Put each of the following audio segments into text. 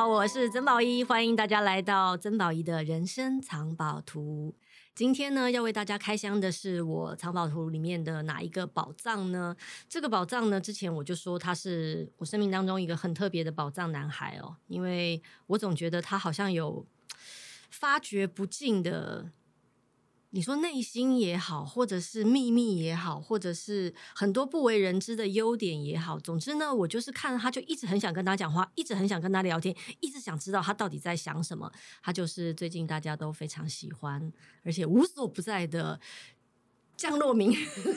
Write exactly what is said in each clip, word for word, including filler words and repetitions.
好，我是曾宝仪，欢迎大家来到曾宝仪的人生藏宝图。今天呢，要为大家开箱的是我藏宝图里面的哪一个宝藏呢？这个宝藏呢，之前我就说他是我生命当中一个很特别的宝藏男孩哦，因为我总觉得他好像有发掘不尽的。你说内心也好，或者是秘密也好，或者是很多不为人知的优点也好，总之呢，我就是看他就一直很想跟他讲话，一直很想跟他聊天，一直想知道他到底在想什么。他就是最近大家都非常喜欢而且无所不在的降落名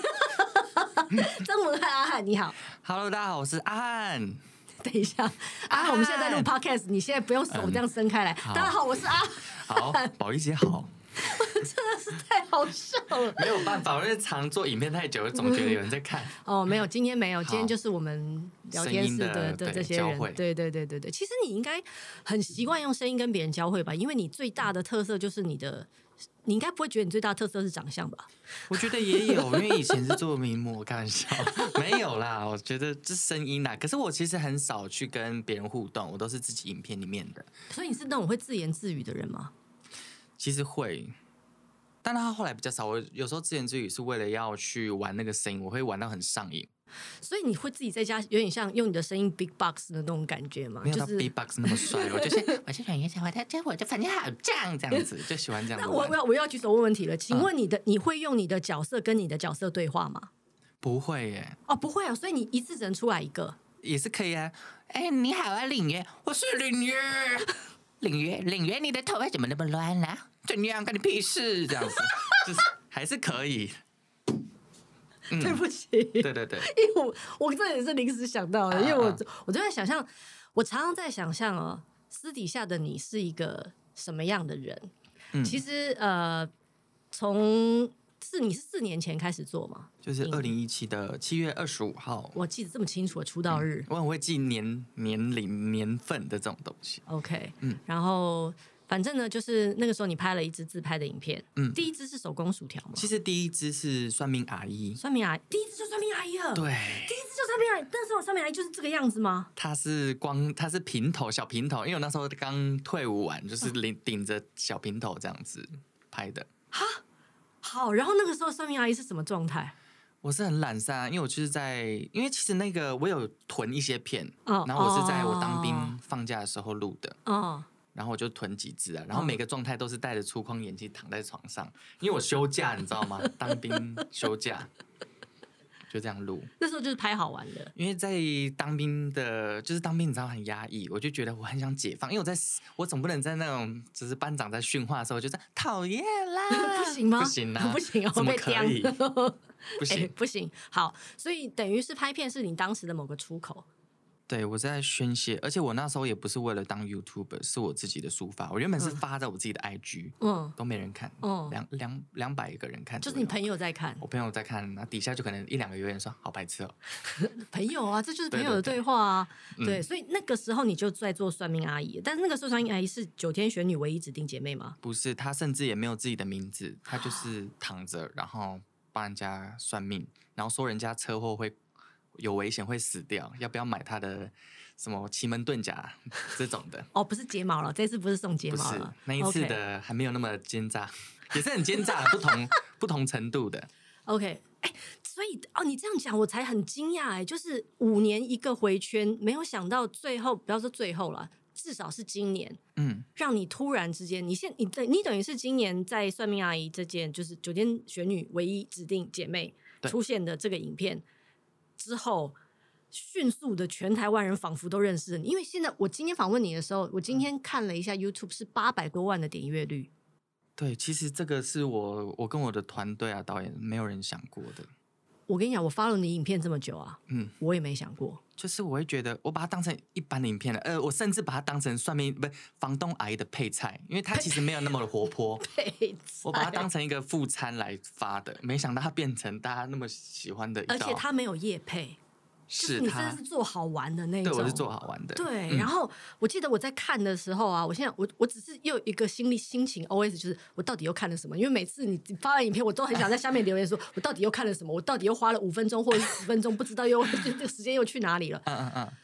曾文翰阿翰，你好。 Hello， 大家好，我是阿翰。 等一下，阿翰，我们现在在录 podcast， 你现在不用手这样伸开来、嗯、大家好，我是阿翰。 好，宝仪姐好。 真的是太好笑了， 没有办法，我因为常做影片太久，总觉得有人在看。 哦，没有，今天没有，今天就是我们聊天室 的, 的, 的这些人，对对对对对。其实你应该很习惯用声音跟别人交汇吧，因为你最大的特色就是你的，你应该不会觉得你最大的特色是长相吧？ 我觉得也有，因为以前是做名模，开玩笑，没有啦。我觉得这声音啦，可是我其实很少去跟别人互动，我都是自己影片里面的。 所以你是那种会自言自语的人吗？ 其实会，但他后来比较少。我有时候自言自语是为了要去玩那个声音，我会玩到很上瘾。 所以你会自己在家有点像用你的声音 big box 的那种感觉吗？ 没有到 big box 那么帅，我就是我是软元讲话，他这我就反正好犟这样子，就喜欢这样子。 那我要我要举手问问题了，请问你的、嗯、你会用你的角色跟你的角色对话吗？ 不会耶。 哦，不会啊，所以你一次只能出来一个。 也是可以啊。哎，你好啊，领约，我是领约。领约，领约，你的头发怎么那么乱啦、啊？怎样，关你屁事？这样子，就是还是可以。嗯、 对不起， 对对对， 因为我我这也是临时想到的，因为我、啊、我就在想象，我常常在想象哦，私底下的你是一个什么样的人？嗯、其实呃，从是你是四年前开始做吗？ 就是二零一七的七月二十五号， 我记得这么清楚的出道日、 嗯，我很会记年年龄年份的这种东西。 OK， 嗯，然后。反正呢，就是那个时候你拍了一支自拍的影片，嗯，第一支是手工薯条吗？ 其实第一支是算命阿姨， 算命阿姨，第一支就算命阿姨了， 对， 第一支就算命阿姨。那时候算命阿姨就是这个样子吗？ 她是光，她是平头小平头，因为我那时候刚退伍完，就是顶顶着小平头这样子拍的。 哈，好，然后那个时候算命阿姨是什么状态？ 我是很懒散，因为我就是在，因为其实那个我有囤一些片，哦、然后我是在我当兵放假的时候录的，哦。然后我就囤几支啊，然后每个状态都是戴着粗框眼镜躺在床上，因为我休假，你知道吗？当兵休假，就这样录。 那时候就是拍好玩的， 因为在当兵的，就是当兵，你知道很压抑，我就觉得我很想解放，因为我在，我总不能在那种只是班长在训话的时候，就在讨厌啦， 不行吗？ 不行啊， 不行哦， 怎么可以？不行、 欸，不行。好，所以等于是拍片是你当时的某个出口。 对，我在宣泄，而且我那时候也不是为了当 YouTuber， 是我自己的抒发。我原本是发在我自己的 I G， 嗯，都没人看，嗯，两两两百个人看， 就是你朋友在看， 我朋友在看，那底下就可能一两个留言说好白痴哦， 朋友啊，这就是朋友的对话啊，对, 对, 对, 对，所以那个时候你就在做算命阿姨，但是那个时候算命阿姨是九天玄女唯一指定姐妹吗？ 不是，她甚至也没有自己的名字，她就是躺着，然后帮人家算命，然后说人家车祸会。有危险会死掉，要不要买他的什么奇门遁甲这种的？ 哦，不是睫毛了，这次不是送睫毛了， 不是那一次的还没有那么奸诈， okay. 也是很奸诈，不同不同程度的。 OK， 哎、欸，所以哦，你这样讲我才很惊讶哎，就是五年一个回圈，没有想到最后，不要说最后了，至少是今年，嗯，让你突然之间，你现你你等于是今年在算命阿姨这件就是九天玄女唯一指定姐妹出现的这个影片。之后迅速的全台湾人仿佛都认识了你，因为现在我今天访问你的时候，我今天看了一下 YouTube 是八百多万的点阅率。 对，其实这个是我我跟我的团队啊导演没有人想过的。 我跟你讲，我follow你影片这么久啊，嗯，我也没想过。 就是我会觉得我把它当成一般的影片了，呃，我甚至把它当成算命不房东阿姨的配菜，因为它其实没有那么的活泼。 配菜， 我把它当成一个副餐来发的，没想到它变成大家那么喜欢的一道， 而且它没有业配。是你真的是做好玩的那种， 对，我是做好玩的。 对，嗯、然后我记得我在看的时候啊，我现在我我只是又有一个心理心情 O S， 就是我到底又看了什么？因为每次你发完影片，我都很想在下面留言说，我到底又看了什么？我到底又花了五分钟或者十分钟，不知道又这个时间又去哪里了？嗯嗯嗯。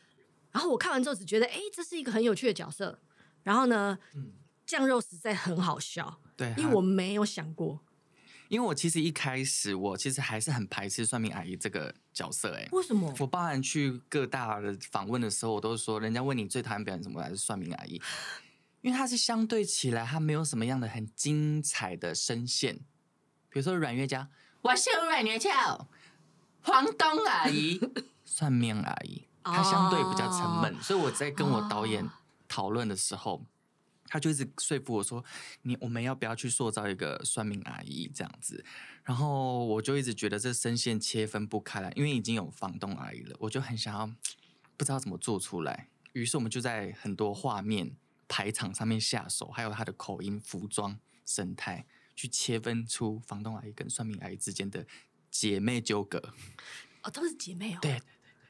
然后我看完之后只觉得，哎，这是一个很有趣的角色。然后呢，嗯、酱肉实在很好笑， 对， 因为我没有想过。 因为我其实一开始我其实还是很排斥算命阿姨这个角色，哎， 为什么？ 我包含去各大的访问的时候，我都说，人家问你最讨厌表演什么，还是算命阿姨，因为它是相对起来，它没有什么样的很精彩的声线，比如说阮月娇，我是阮月娇，黄东阿姨，算命阿姨，它相对比较沉闷，哦、所以我在跟我导演讨论的时候。他就一直说服我说：“你我们要不要去塑造一个算命阿姨这样子？”然后我就一直觉得这声线切分不开来，因为已经有房东阿姨了，我就很想要不知道怎么做出来。于是我们就在很多画面排场上面下手，还有他的口音、服装、神态，去切分出房东阿姨跟算命阿姨之间的姐妹纠葛。 哦，都是姐妹哦。 对对对。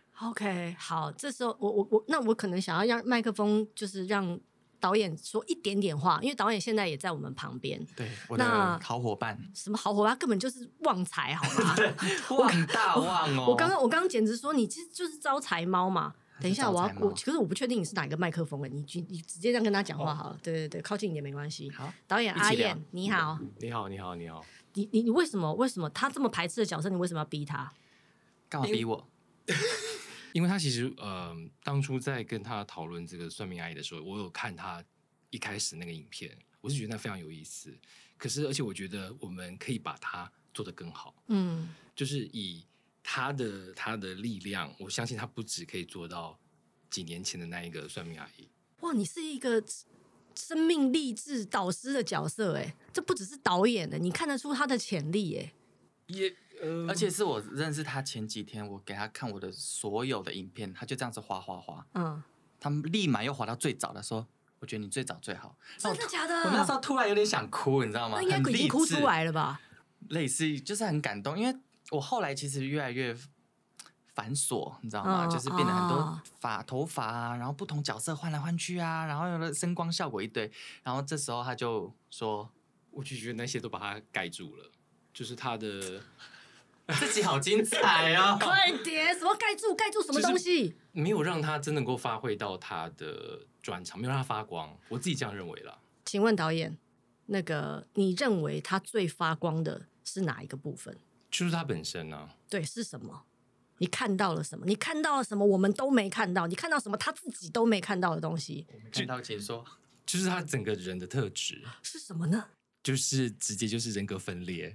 OK， 好，这时候我我我那我可能想要让麦克风，就是让。导演说一点点话，因为导演现在也在我们旁边。 对，我的好伙伴。 什么好伙伴？根本就是旺财，好吗？ 旺大旺哦！ 我刚刚我刚刚简直说你其实就是招财猫嘛。等一下，我要我可是我不确定你是哪个麦克风哎，你你直接这样跟他讲话好了。哦、对对对，靠近一点没关系。 好， 导演阿燕，你好。 你好，你好，你好。 你你你为什么为什么他这么排斥的角色，你为什么要逼他？ 干嘛逼我？ 因为他其实呃，当初在跟他讨论这个算命阿姨的时候，我有看他一开始那个影片，我是觉得那非常有意思。可是，而且我觉得我们可以把它做得更好。嗯，就是以他的他的力量，我相信他不只可以做到几年前的那一个算命阿姨。 哇，你是一个生命励志导师的角色哎，这不只是导演的，你看得出他的潜力哎。 也。呃、而且是我认识他前几天，我给他看我的所有的影片，他就这样子滑滑滑，嗯，他立马又滑到最早的说，我觉得你最早最好。 真的假的？ 我那时候突然有点想哭，你知道吗？ 那应该已经哭出来了吧？ 类似就是很感动，因为我后来其实越来越繁琐，你知道吗？哦、就是变得很多发、哦、头发啊，然后不同角色换来换去啊，然后有了声光效果一堆，然后这时候他就说， 我就觉得那些都把它盖住了，就是他的。 自己好精彩哦！ 快点，什么盖住盖住什么东西？ 没有让他真能够发挥到他的专长，没有让他发光。我自己这样认为啦。 请问导演，那个你认为他最发光的是哪一个部分？ 就是他本身啊。 对，是什么？你看到了什么？你看到了什么？我们都没看到。你看到什么？他自己都没看到的东西。 我没看到，请说。 就是他整个人的特质是什么呢？ 就是直接就是人格分裂。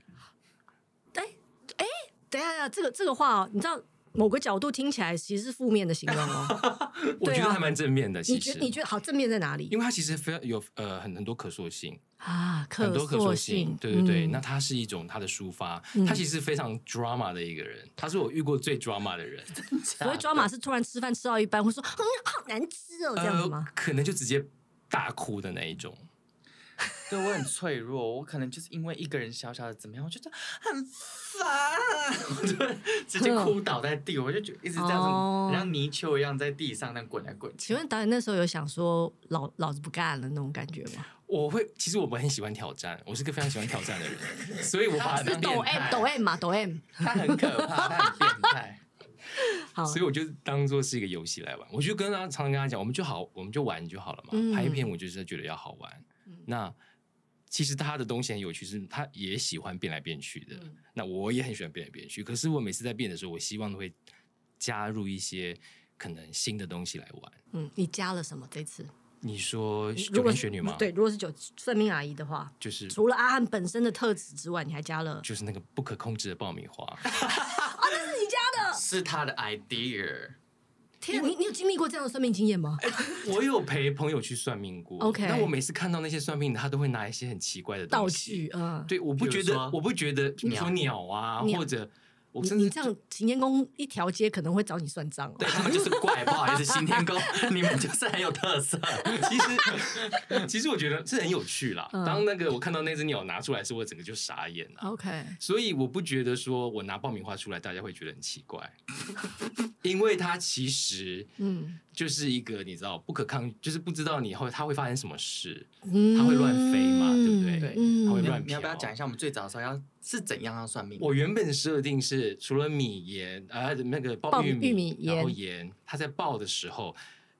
等一下，这个这个话、哦，你知道某个角度听起来其实是负面的形容哦。 我觉得还蛮正面的。其实你觉得你觉得好正面在哪里？ 因为它其实非常有呃很很多可塑性啊，可很多可塑性。 对对对，嗯、那它是一种它的抒发，嗯、他其实非常 drama 的一个人，他是我遇过最 drama 的人。 所谓 drama 是突然吃饭吃到一半会说嗯好难吃哦这样子吗、 呃？可能就直接大哭的那一种。 对，我很脆弱，我可能就是因为一个人小小的怎么样，我觉得很烦，我就直接哭倒在地，我就觉得一直这样子，哦、像泥鳅一样在地上那滚来滚去。 请问导演那时候有想说老老子不干了那种感觉吗？ 我会，其实我们很喜欢挑战，我是个非常喜欢挑战的人，所以我把他是抖 M 抖 M 嘛，抖 M， 他很可怕，他很变态。 所以我就当做是一个游戏来玩，我就跟他常常跟他讲，我们就好，我们就玩就好了嘛。嗯、拍片我就是觉得要好玩，嗯、那。其实他的东西很有趣，是他也喜欢变来变去的。嗯、那我也很喜欢变来变去，可是我每次在变的时候，我希望都会加入一些可能新的东西来玩。 嗯，你加了什么这次？ 你说九天玄女吗？ 对，如果是九算命阿姨的话， 就是除了阿汉本身的特质之外，你还加了， 就是那个不可控制的爆米花。 啊，那是你加的？ 是他的 idea。 天，你你有经历过这样的算命经验吗？ 欸、我有陪朋友去算命过。OK， 那我每次看到那些算命的，他都会拿一些很奇怪的东西。道具，嗯，对，我不觉得，我不觉得，比如说鸟啊，或者我甚至你这样擎天宫一条街可能会找你算账、哦。 对，他们就是怪，不好意思，擎天宫你们就是很有特色。 其实，其实我觉得是很有趣啦。嗯、当那个我看到那只鸟拿出来的时候，我整个就傻眼了。 OK， 所以我不觉得说我拿爆米花出来，大家会觉得很奇怪。因为它其实，嗯，就是一个你知道不可抗，就是不知道你后它会发生什么事，嗯、它会乱飞嘛，对不对？对，它会乱飘。 你要不要讲一下我们最早的时候要是怎样要算命？ 我原本设定是除了米盐啊、呃、那个爆玉米，玉米然后盐，它在爆的时候，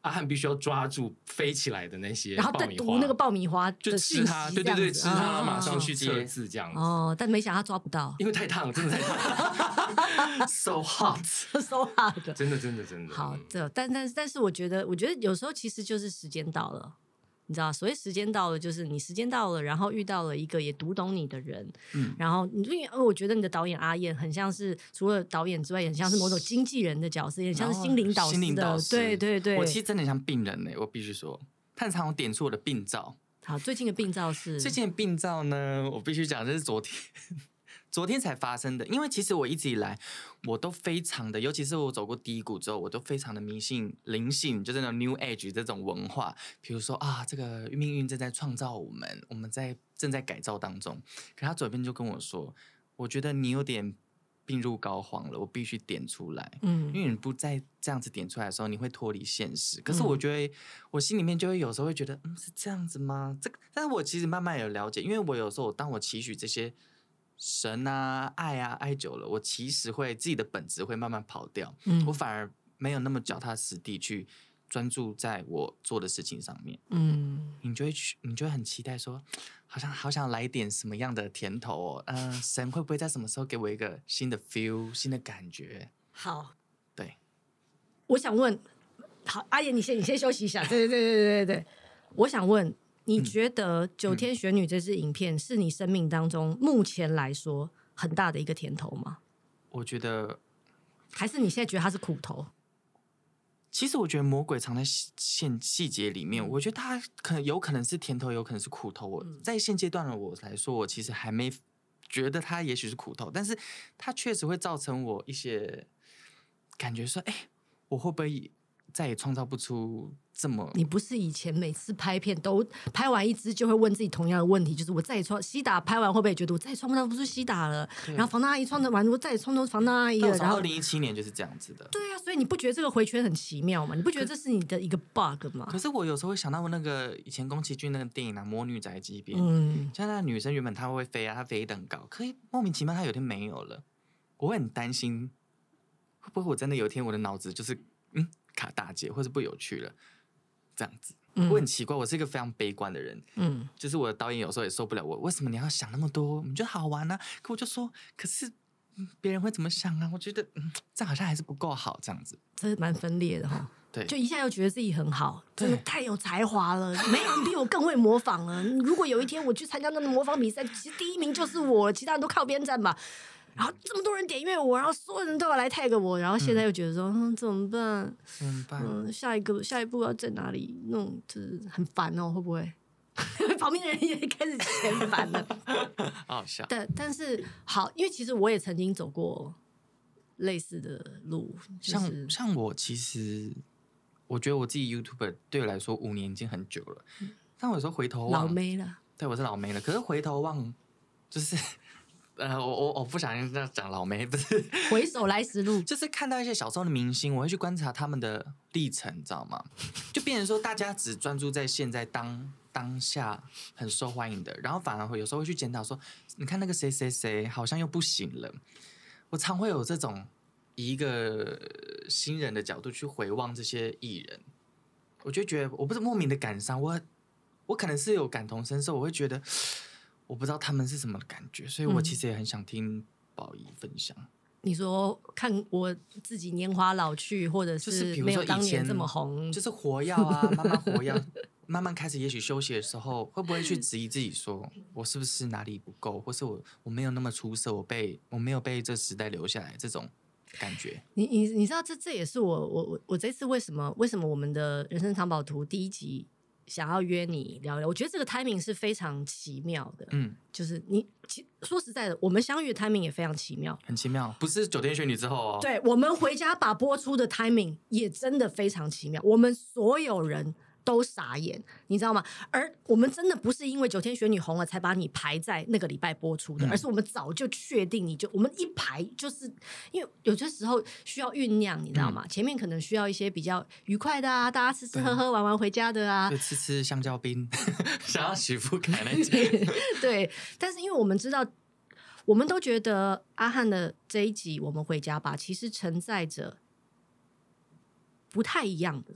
阿汉必须要抓住飞起来的那些然后再读那个爆米花就吃它，对对对，吃它，马上去测字这样子。 哦，但没想到他抓不到， 因为太烫，真的太烫 ，so hot，so hot， 真的真的真的。 好，这但但但是我觉得，我觉得有时候其实就是时间到了。你知道，所谓时间到了，就是你时间到了，然后遇到了一个也读懂你的人，嗯，然后你因为我觉得你的导演阿燕很像是除了导演之外，也很像是某种经纪人的角色，也很像是心灵导师的，对对对。 我其实真的像病人呢、欸，我必须说，他常常点出我的病灶。 好，最近的病灶是最近的病灶呢，我必须讲，这是昨天。昨天才发生的，因为其实我一直以来我都非常的，尤其是我走过低谷之后，我都非常的迷信灵性，就是那种 New Age 这种文化。比如说啊，这个命运正在创造我们，我们在正在改造当中。可他左边就跟我说，我觉得你有点病入膏肓了，我必须点出来。嗯，因为你不再这样子点出来的时候，你会脱离现实。可是我觉得、嗯、我心里面就会有时候会觉得，嗯，是这样子吗？这个，但是我其实慢慢有了解，因为我有时候当我期许这些。神啊，爱啊，爱久了，我其实会自己的本质会慢慢跑掉，嗯，我反而没有那么脚踏实地去专注在我做的事情上面，嗯，你就会去，你就会很期待说，好像好想来点什么样的甜头哦，嗯、呃，神会不会在什么时候给我一个新的 feel， 新的感觉？ 好， 对， 我想问，好，阿言，你先，你先休息一下，对对对对对对，我想问。你觉得《九天玄女》这支影片是你生命当中目前来说很大的一个甜头吗？ 我觉得， 还是你现在觉得它是苦头？ 其实我觉得魔鬼藏在现细节里面，我觉得它可能有可能是甜头，有可能是苦头。我在现阶段的我来说，我其实还没觉得它也许是苦头，但是它确实会造成我一些感觉说，哎、欸，我会不会再也创造不出？这么， 你不是以前每次拍片都拍完一支就会问自己同样的问题，就是我再也创西达拍完会不会觉得我再也创造不出西达了？然后防弹阿姨创造完，我再也创造防弹阿姨了。然后二零一七年就是这样子的。 对啊，所以你不觉得这个回圈很奇妙吗？你不觉得这是你的一个 bug 吗？ 可是我有时候会想到那个以前宫崎骏那个电影啊，《魔女宅急便》，嗯，像那女生原本她会飞啊，她飞得很高，可以莫名其妙她有一天没有了，我会很担心，会不会我真的有一天我的脑子就是嗯卡大结，或是不有趣了。这样子，我很奇怪，我是一个非常悲观的人，嗯，就是我的导演有时候也受不了我，为什么你要想那么多？你觉得好玩啊？可我就说，可是别人会怎么想啊？我觉得，嗯，这好像还是不够好，这样子， 这是蛮分裂的哈。 对， 就一下又觉得自己很好，真的太有才华了，没有人比我更会模仿了。如果有一天我去参加那个模仿比赛，其实第一名就是我，其他人都靠边站吧。然后这么多人点阅我，然后所有人都要来 tag 我，然后现在又觉得说，嗯，怎么办？ 怎么办？ 嗯，下一个下一步要在哪里弄？就是很烦哦，会不会？旁边的人也开始嫌烦了， 好好笑。 但但是好，因为其实我也曾经走过类似的路，就是、 像像我其实，我觉得我自己 YouTuber 对我来说五年已经很久了，嗯、但我有时候回头望老妹了， 对，我是老妹了。可是回头望，就是。呃，我我我不小心这样讲老妹，不是回首来时路， 就是看到一些小时候的明星，我会去观察他们的历程，你知道吗？就变成说大家只专注在现在当当下很受欢迎的，然后反而会有时候会去检讨说，你看那个谁谁谁好像又不行了。我常会有这种以一个新人的角度去回望这些艺人，我就觉得我不是莫名的感伤，我我可能是有感同身受，我会觉得。我不知道他们是什么感觉，所以我其实也很想听宝仪分享。嗯、 你说看我自己年华老去，或者是没有当年这么红， 就是活药啊，慢慢活药，慢慢开始也许休息的时候，会不会去质疑自己说，我是不是哪里不够，或是我我没有那么出色，我被我没有被这时代留下来这种感觉。 你你你知道这这也是我我我我这次为什么为什么我们的人生藏宝图第一集。想要约你聊聊，我觉得这个 timing 是非常奇妙的。嗯，就是你说实在的，我们相遇的 timing 也非常奇妙， 很奇妙，不是九天玄女之后哦。 对，我们回家把播出的 timing 也真的非常奇妙，我们所有人都傻眼，你知道吗？而我们真的不是因为九天玄女红了才把你排在那个礼拜播出的，嗯、而是我们早就确定你就我们一排就是因为有些时候需要酝酿，你知道吗？嗯、前面可能需要一些比较愉快的啊，大家吃吃喝喝玩玩回家的啊， 就吃吃香蕉冰，想要许富凯那种。 对，但是因为我们知道。我们都觉得阿汉的这一集我们回家吧，其实承载着不太一样的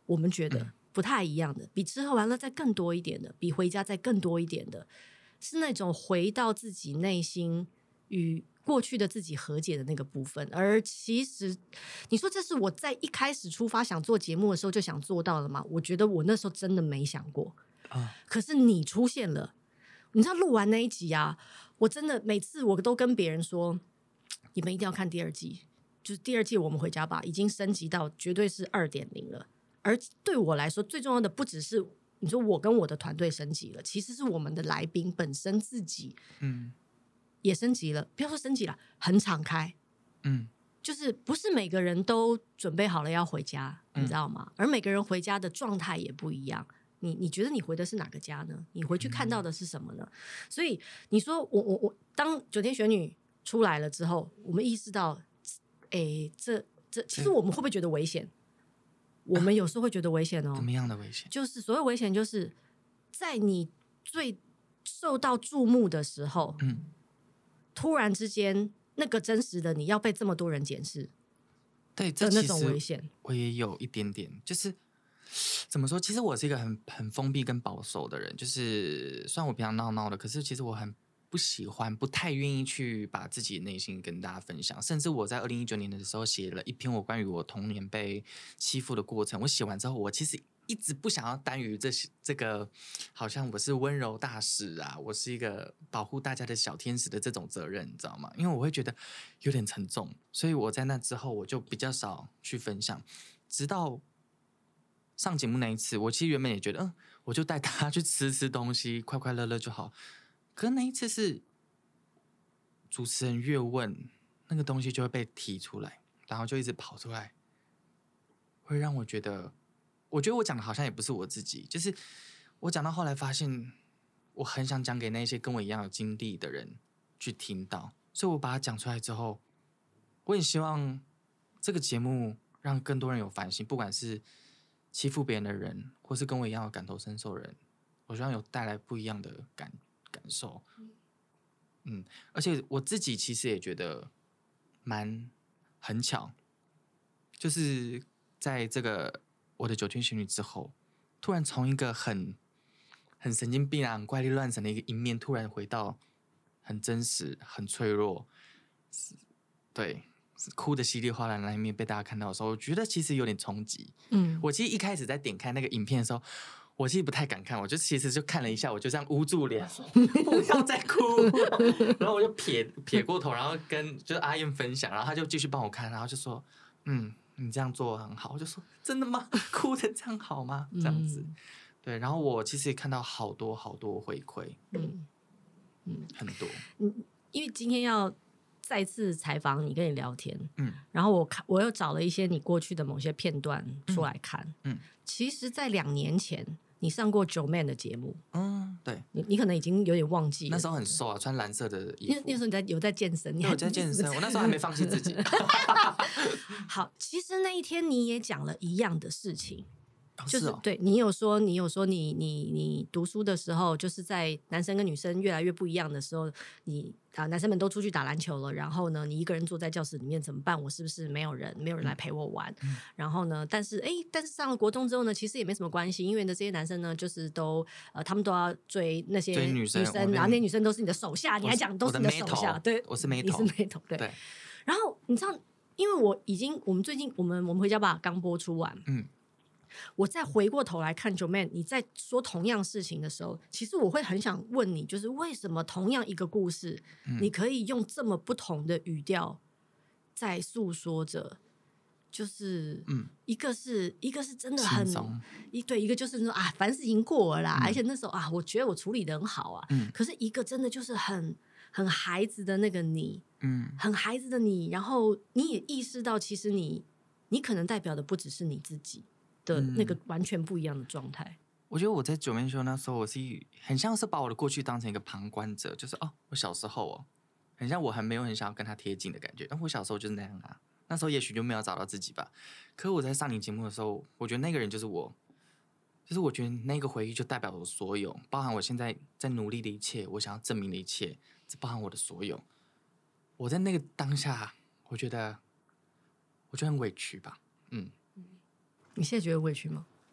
我们觉得不太一样的，嗯、比吃喝玩乐再更多一点的，比回家再更多一点的，是那种回到自己内心与过去的自己和解的那个部分。而其实你说这是我在一开始出发想做节目的时候就想做到的吗？我觉得我那时候真的没想过、啊、可是你出现了，你知道录完那一集啊，我真的每次我都跟别人说，你们一定要看第二季，就是第二季我们回家吧已经升级到绝对是 二点零 了。而对我来说最重要的不只是你说我跟我的团队升级了，其实是我们的来宾本身自己嗯也升级了，不要说升级了，很敞开，嗯，就是不是每个人都准备好了要回家、嗯、你知道吗？而每个人回家的状态也不一样，你你觉得你回的是哪个家呢？你回去看到的是什么呢？嗯、所以你说我我我当九天玄女出来了之后，我们意识到，哎，这这其实我们会不会觉得危险？我们有时候会觉得危险哦。 怎么样的危险？ 就是所谓危险，就是在你最受到注目的时候，嗯，突然之间那个真实的你要被这么多人检视， 对，这那种危险，我也有一点点。就是怎么说？其实我是一个很很封闭跟保守的人，就是虽然我平常闹闹的，可是其实我很不喜欢，不太愿意去把自己的内心跟大家分享。甚至我在二零一九年的时候写了一篇我关于我童年被欺负的过程。我写完之后，我其实一直不想要耽于这这个，好像我是温柔大使啊，我是一个保护大家的小天使的这种责任，你知道吗？因为我会觉得有点沉重，所以我在那之后我就比较少去分享。直到上节目那一次，我其实原本也觉得，嗯，我就带大家去吃吃东西，快快乐乐就好。可是那一次是主持人越问，那个东西就会被提出来，然后就一直跑出来，会让我觉得，我觉得我讲的好像也不是我自己，就是我讲到后来发现，我很想讲给那些跟我一样有经历的人去听到，所以我把它讲出来之后，我也希望这个节目让更多人有反省，不管是欺负别人的人，或是跟我一样有感同身受的人，我希望有带来不一样的感感受。嗯，而且我自己其实也觉得蛮很巧，就是在这个我的九天玄女之后，突然从一个很很神经病啊、很怪力乱神的一个一面，突然回到很真实、很脆弱，对，哭的稀里哗啦的那一面被大家看到的时候，我觉得其实有点冲击。嗯，我其实一开始在点开那个影片的时候，我其实不太敢看，我就其实就看了一下，我就这样捂住脸，不要再哭，然后我就撇撇过头，然后跟就是阿燕分享，然后他就继续帮我看，然后就说，嗯，你这样做很好，我就说真的吗？哭成这样好吗？这样子，嗯、对，然后我其实也看到好多好多回馈，嗯嗯，很多， 嗯，因为今天要再次采访你，跟你聊天，嗯，然后我看我又找了一些你过去的某些片段出来看，嗯，嗯其实，在两年前。你上过Joeman的节目， 嗯，对， 你你可能已经有点忘记了。 那时候很瘦啊，穿蓝色的衣服。 那那时候你在有在健身，你有在健身，我那时候还没放弃自己。 好，其实那一天你也讲了一样的事情， 哦、 就是、 是哦、 对你有说，你有说你你你读书的时候，就是在男生跟女生越来越不一样的时候，你啊男生们都出去打篮球了，然后呢，你一个人坐在教室里面怎么办？我是不是没有人，没有人来陪我玩？嗯、然后呢，但是哎，但是上了国中之后呢，其实也没什么关系，因为呢，这些男生呢，就是都呃，他们都要追那些女生， 女生然后那些女生都是你的手下，你还讲都是你的手下，对， 我是妹头， 你是妹头，对。对然后你知道，因为我已经，我们最近我们我们回家吧刚播出完，嗯。我再回过头来看 Joeman 你在说同样事情的时候，其实我会很想问你，就是为什么同样一个故事、嗯、你可以用这么不同的语调在诉说着，就是一个是、嗯、一个是真的很一对，一个就是说啊，凡事已经过了啦、嗯、而且那时候啊，我觉得我处理得很好啊、嗯、可是一个真的就是很很孩子的那个你，嗯，很孩子的你，然后你也意识到其实你你可能代表的不只是你自己的那个完全不一样的状态、嗯、 我觉得我在九面秀那时候，我是很像是把我的过去当成一个旁观者，就是哦，我小时候哦，很像我还没有很想要跟他贴近的感觉，但我小时候就是那样啊。那时候也许就没有找到自己吧。可我在上你节目的时候，我觉得那个人就是我，就是我觉得那个回忆就代表我所有，包含我现在在努力的一切，我想要证明的一切，这包含我的所有。我在那个当下，我觉得，我觉得很委屈吧，嗯。 你现在觉得委屈吗？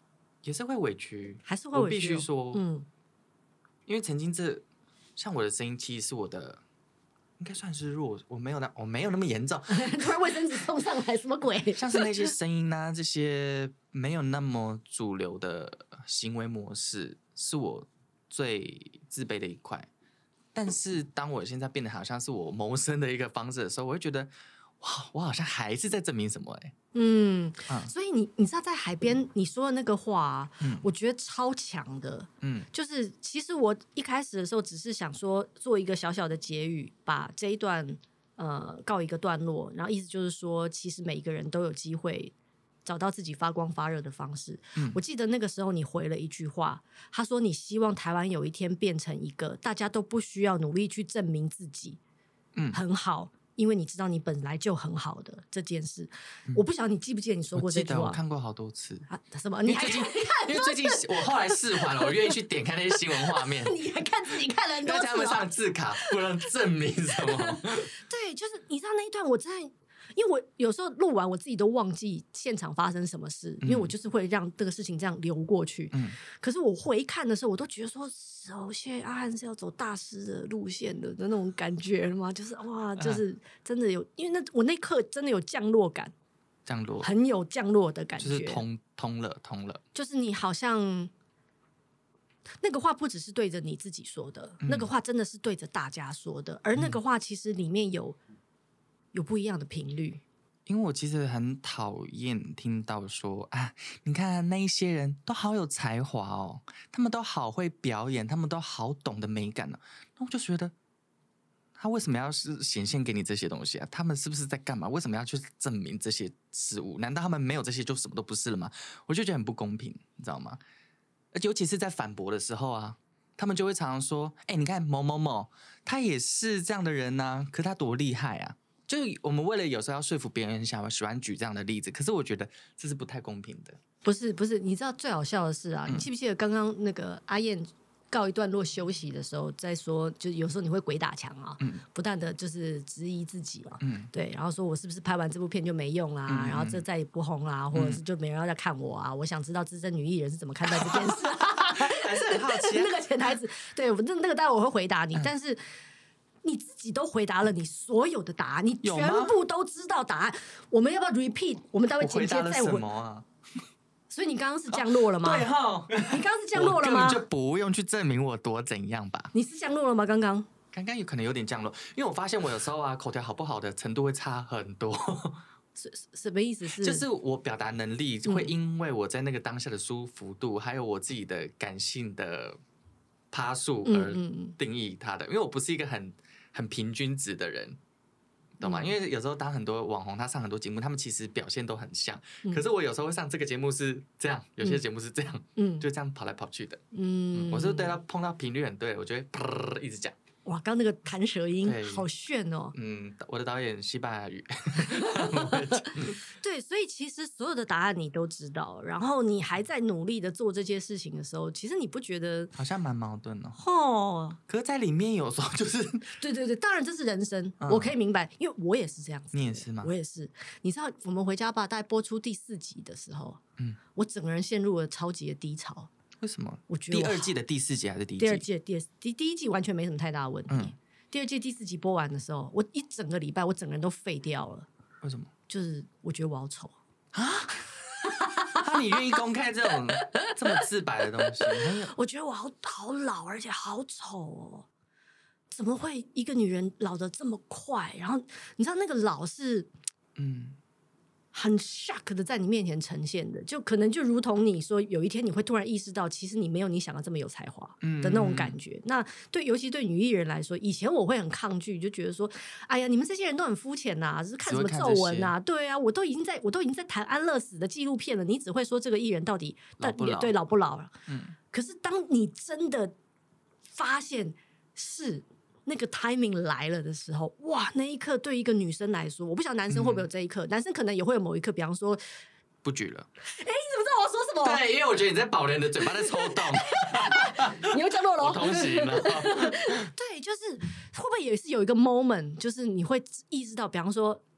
也是会委屈， 还是会委屈、哦。 我必须说， 嗯， 因为曾经这像我的声音，其实是我的。应该算是弱，我没有那我没有那么严重。 突然卫生纸送上来，什么鬼？ 像是那些声音啊，这些没有那么主流的行为模式，是我最自卑的一块。但是当我现在变得好像是我谋生的一个方式的时候，我会觉得，哇，我好像还是在证明什么哎、欸。 嗯，嗯所以你你知道在海边你说的那个话、啊嗯，我觉得超强的。嗯，就是其实我一开始的时候只是想说做一个小小的结语，把这一段呃告一个段落，然后意思就是说，其实每一个人都有机会找到自己发光发热的方式。嗯，我记得那个时候你回了一句话，他说你希望台湾有一天变成一个大家都不需要努力去证明自己，嗯，很好。因为你知道你本来就很好的这件事、嗯，我不晓得你记不记得你说过这句话？ 我记得，我看过好多次。 啊、什么？你还最近因为最近我后来释怀了，我愿意去点开那些新闻画面。 你还看自己看了很多次、哦， 他们上字卡不能证明什么。 对，就是你知道那一段，我真的。因为我有时候录完我自己都忘记现场发生什么事、嗯、因为我就是会让这个事情这样流过去、嗯、可是我回看的时候我都觉得说首先阿翰是要走大师的路线的那种感觉了吗？就是哇，就是真的有，因为那我那刻真的有降落感， 降落很有降落的感觉， 就是通通了通了， 就是你好像那个话不只是对着你自己说的、嗯、那个话真的是对着大家说的，而那个话其实里面有有不一样的频率。 因为我其实很讨厌听到说啊，你看那一些人都好有才华哦，他们都好会表演，他们都好懂得美感呢、啊。那我就觉得，他为什么要是显现给你这些东西啊？他们是不是在干嘛？为什么要去证明这些事物？难道他们没有这些就什么都不是了吗？我就觉得很不公平，你知道吗？而且尤其是在反驳的时候啊，他们就会常常说：“哎、欸，你看某某某，他也是这样的人啊，可他多厉害啊！”就我们为了有时候要说服别人，想喜欢举这样的例子，可是我觉得这是不太公平的。 不是不是，你知道最好笑的是啊，嗯、你记不记得刚刚那个阿燕告一段落休息的时候，在说，就有时候你会鬼打墙啊，嗯、不断的就是质疑自己啊、嗯，对，然后说我是不是拍完这部片就没用啦、啊嗯，然后这再也不红啦、啊，或者是就没人要再看我啊？我想知道资深女艺人是怎么看待这件事、啊， 还是很好奇、啊、 那个潜台词，对，那那个待会我会回答你，嗯、但是。你自己都回答了你所有的答案，你全部都知道答案。我们要不要 repeat？ 我们待会剪接再回。 什么啊？ 所以你剛剛是降落了嗎？ 哦、對哈， 你剛剛是降落了嗎？ 我根本就不用去證明我多怎樣吧。 你是降落了嗎？剛剛？ 剛剛有可能有點降落，因為我發現我有時候啊，口條好不好的程度會差很多。 是什麼意思是？ 就是我表達能力會因為我在那個當下的舒服度，嗯、還有我自己的感性的趴數而定義它的，因為我不是一個很。很平均值的人，懂嗎？嗯、因為有時候當很多網紅他上很多節目，他們其實表現都很像、嗯，可是我有時候會上這個節目是這樣，有些節目是這樣，嗯，就這樣跑來跑去的，嗯，嗯我是對他碰到頻率很對，我就會噗一直講。 哇，剛那個彈舌音好炫哦！ 嗯，我的導演西班牙語。 對，所以其實所有的答案你都知道，然後你還在努力的做這些事情的時候，其實你不覺得好像蠻矛盾哦？ 哦， 可是在裡面有時候就是， 對對對，當然這是人生、嗯，我可以明白，因為我也是這樣子。 你也是嗎？ 我也是。你知道我們回家吧，大概播出第四集的時候，嗯，我整個人陷入了超級的低潮。 為什麼？ 我覺得我第二季的第四集還是第一季？ 第二季的第第第一季完全沒什麼太大的問題。嗯、第二季第四集播完的時候，我一整個禮拜我整個人都廢掉了。 為什麼？ 就是我覺得我好醜啊！那你願意公開這種這麼自白的東西？ 我覺得我好好老，而且好醜哦！怎麼會一個女人老得這麼快？然後你知道那個老是嗯。很 shock 的在你面前呈現的，就可能就如同你說有一天你會突然意識到其實你沒有你想的這麼有才華的那種感覺、嗯、那對尤其對女藝人來說，以前我會很抗拒，就覺得說哎呀你們這些人都很膚淺啊，就是看什麼皺紋啊，對啊，我都已經在我都已經在談安樂死的紀錄片了，你只會說這個藝人到底老不老， 對老不老、嗯、可是當你真的發現是那個 timing 來了的時候，哇，那一刻對一個女生來說，我不曉得男生會不會有這一刻、嗯、男生可能也會有某一刻，比方說不舉了。 哎，你怎麼知道我要說什麼？ 對，因為我覺得你在寶蓮的嘴巴在抽動。 你又降落了。 我同行了。 對，就是會不會也是有一個 moment，就是你會意識到，比方說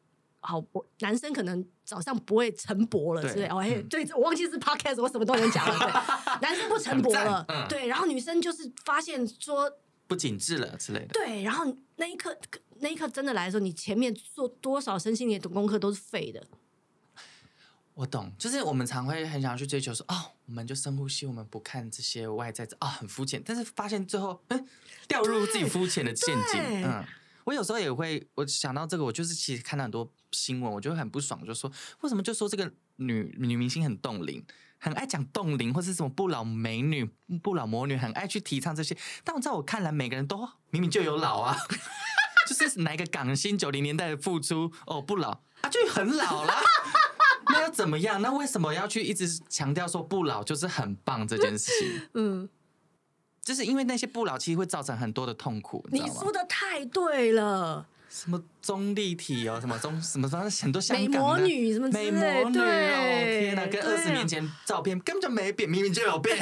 好，我男生可能早上不会晨勃了之类，哦，哎，对，我忘记是 podcast， 我什么都能讲了，对，男生不晨勃了，嗯、对，然后女生就是发现说不紧致了之类的， 对，然后那一刻那一刻真的来的时候，你前面做多少身心灵的功课都是废的。 我懂，就是我们常会很想要去追求说，哦，我们就深呼吸，我们不看这些外在，哦，很肤浅，但是发现最后，嗯，掉入自己肤浅的陷阱。嗯，我有时候也会，我想到这个，我就是其实看到很多新闻，我就会很不爽，就说为什么就说这个女女明星很冻龄，很爱讲冻龄或是什么不老美女、不老魔女，很爱去提倡这些，但我在我看来，每个人都明明就有老啊。就是哪一个港星九零年代的付出哦不老啊就很老啦，那又怎么样？那为什么要去一直强调说不老就是很棒这件事情？嗯，就是因为那些不老其实会造成很多的痛苦，你知道吗？ 你说的太对了。 什么中立体哦，什么中什么反正很多香港的美魔女什么之类的， 美魔女哦，天哪，跟二十年前照片根本就没变，明明就有变。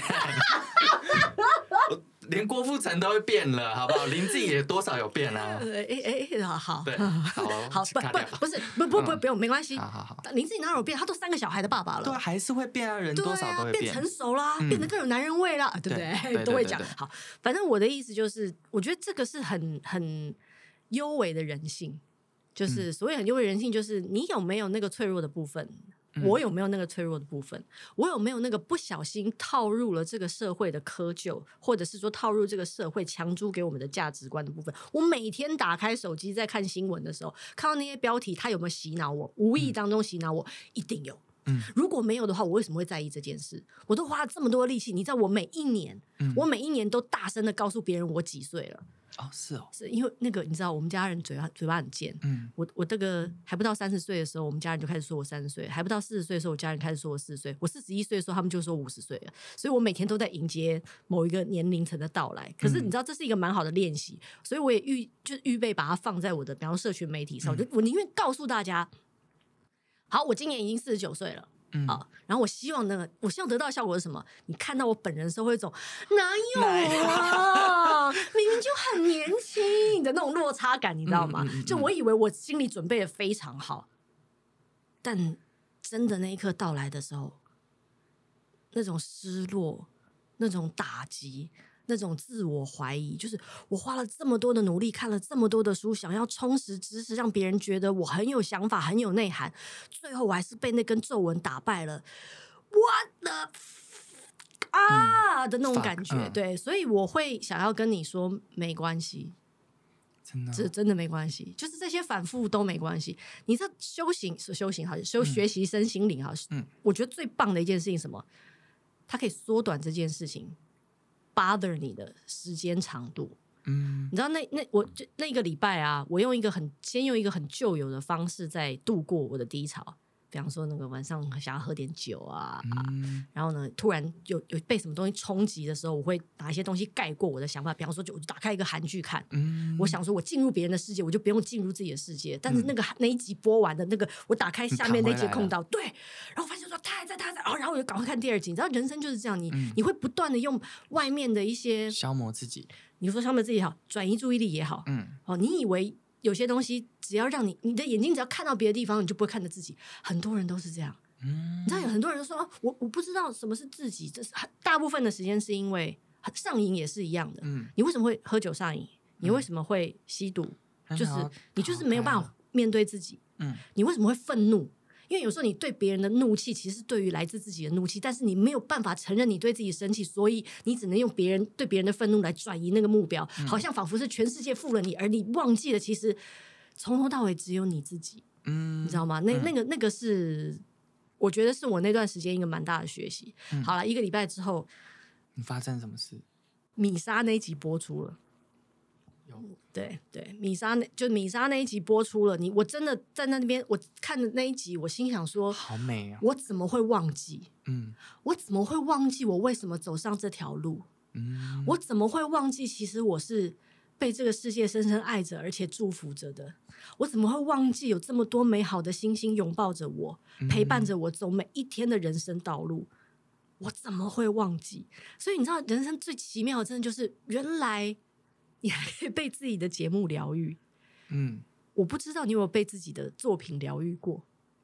连郭富城都会变了，好不好？林志颖也多少有变啊。 哎哎哎，好好， 对，好， 好，不不不是，不不不不用，没关系。 好好好， 林志颖哪有变？他都三个小孩的爸爸了。 对，还是会变啊，人多少都会变， 变成熟啦，变得更有男人味啦，对不对？都会讲。好，反正我的意思就是，我觉得这个是很很幽微的人性，就是所谓很幽微人性，就是你有没有那个脆弱的部分。我有没有那个脆弱的部分？我有没有那个不小心套入了这个社会的窠臼，或者是说套入这个社会强租给我们的价值观的部分？我每天打开手机在看新闻的时候，看到那些标题，它有没有洗脑我？无意当中洗脑我，一定有。嗯，如果没有的话，我为什么会在意这件事？我都花了这么多力气，你知道，我每一年，嗯、我每一年都大声的告诉别人我几岁了。 哦，是哦， 是因为那个你知道，我们家人嘴巴嘴巴很贱。嗯，我我这个还不到三十岁的时候，我们家人就开始说我三十岁；还不到四十岁的时候，我家人开始说我四十岁；我四十一岁的时候，他们就说五十岁了。所以我每天都在迎接某一个年龄层的到来。可是你知道，这是一个蛮好的练习，所以我也预就预备把它放在我的，比方说社群媒体上。我就我宁愿告诉大家，好，我今年已经四十九岁了。嗯、啊，然后我希望那个，我希望得到的效果是什么？你看到我本人的时候会有一种哪有啊，明明就很年轻的那种落差感，你知道吗？嗯嗯嗯、就我以为我心里准备的非常好，但真的那一刻到来的时候，那种失落，那种打击。那种自我怀疑，就是我花了这么多的努力，看了这么多的书，想要充实知识，让别人觉得我很有想法，很有内涵，最后我还是被那根皱纹打败了。What the f- 啊、嗯、的那种感觉，嗯、对，所以我会想要跟你说，没关系， 真的， 这真的没关系，就是这些反复都没关系。你这修行是修行好，修学习身心灵好，嗯，我觉得最棒的一件事情是什么？它可以缩短这件事情。bother 你的时间长度，嗯，你知道那那我就那个礼拜啊，我用一个很先用一个很旧有的方式在度过我的低潮，比方说那个晚上想要喝点酒啊，嗯、然后呢，突然有有被什么东西冲击的时候，我会拿一些东西盖过我的想法，比方说就我就打开一个韩剧看，嗯、我想说我进入别人的世界，我就不用进入自己的世界，但是那个、嗯、那一集播完的那个，我打开下面那节空档，对，然后发现说他还在他还在，然后然后我就赶快看第二集，你知道人生就是这样，你、嗯、你会不断的用外面的一些消磨自己， 你说消磨自己也好，转移注意力也好，嗯，哦，你以为有些东西只要让你你的眼睛只要看到别的地方，你就不会看着自己，很多人都是这样。嗯、你知道有很多人都说、啊、我我不知道什么是自己，这是大部分的时间是因为上瘾也是一样的。嗯、你为什么会喝酒上瘾？你为什么会吸毒？嗯、就是你就是没有办法面对自己。嗯、你为什么会愤怒？因为有时候你对别人的怒气其实是对于来自自己的怒气，但是你没有办法承认你对自己生气，所以你只能用别人对别人的愤怒来转移那个目标，嗯、好像仿佛是全世界负了你，而你忘记了其实从头到尾只有你自己。嗯、你知道吗？那那个那个是。我觉得是我那段时间一个蛮大的学习。嗯、好了，一个礼拜之后， 你发生什么事？ 米莎那一集播出了。有对对，米莎那就米莎那一集播出了。你我真的在那边，我看的那一集，我心想说， 好美啊！ 我怎么会忘记？嗯，我怎么会忘记我为什么走上这条路？嗯，我怎么会忘记？其实我是被这个世界深深爱着，而且祝福着的。我怎么会忘记有这么多美好的星星拥抱着我，陪伴着我走每一天的人生道路？我怎么会忘记？所以你知道，人生最奇妙的，真的就是原来你还可以被自己的节目疗愈。嗯， 我不知道你有没有被自己的作品疗愈过。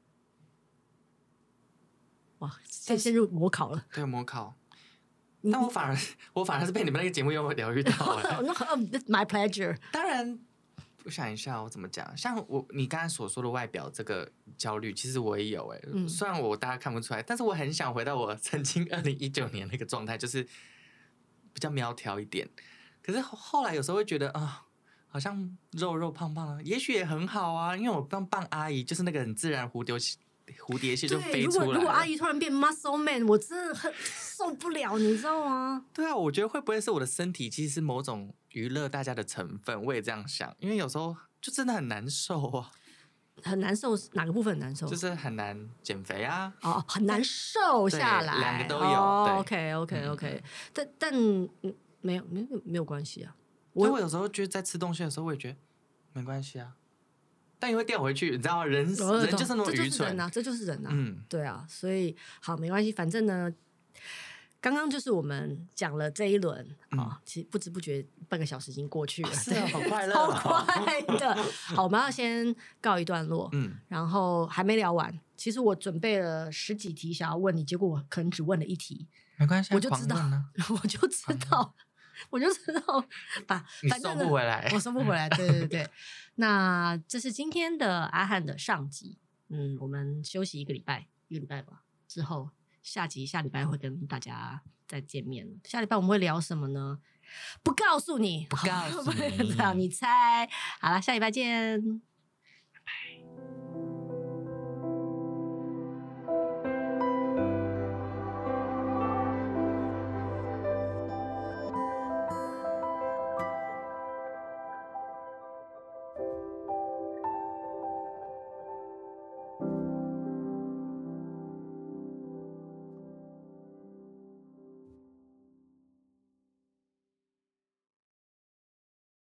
哇，现在陷入模考了。 对，模考。但我反而我反而是被你们那个节目又疗愈到了。 那 my pleasure。 当然，我想一下我怎么讲。像我你刚才所说的外表这个焦虑，其实我也有哎、欸嗯。虽然我大家看不出来，但是我很想回到我曾经二零一九年那个状态，就是比较苗条一点。可是后来有时候会觉得啊、呃，好像肉肉胖胖的，也许也很好啊。因为我当棒阿姨，就是那个很自然蝴蝶蝴蝶线就飞出来了。 如果如果阿姨突然变 muscle man， 我真的很受不了，你知道吗？ 对啊，我觉得会不会是我的身体其实是某种娱乐大家的成分？我也这样想，因为有时候就真的很难受啊。 很难受，哪个部分很难受？ 就是很难减肥啊。 哦，很难瘦下来， 两个都有。 哦、OK OK OK，、嗯、但但没有没有没有关系啊。 我我有时候觉得在吃东西的时候，我也觉得没关系啊。但也会掉回去，你知道，人人就是那么愚蠢，这就是人啊，这就是人啊， 嗯， 对啊，所以好没关系，反正呢，刚刚就是我们讲了这一轮啊、嗯哦，其实不知不觉半个小时已经过去了， 哦、是啊，好快乐、 哦，超快的。好，我们要先告一段落，嗯，然后还没聊完，其实我准备了十几题想要问你，结果我可能只问了一题， 没关系， 我就知道，我就知道。我就知道，把你收不回来， 我收不回来。对对对，那这是今天的阿汉的上集。嗯，我们休息一个礼拜，一个礼拜吧。之后下集下礼拜会跟大家再见面。下礼拜我们会聊什么呢？不告诉你， 不告诉你， 让你猜。好了，下礼拜见。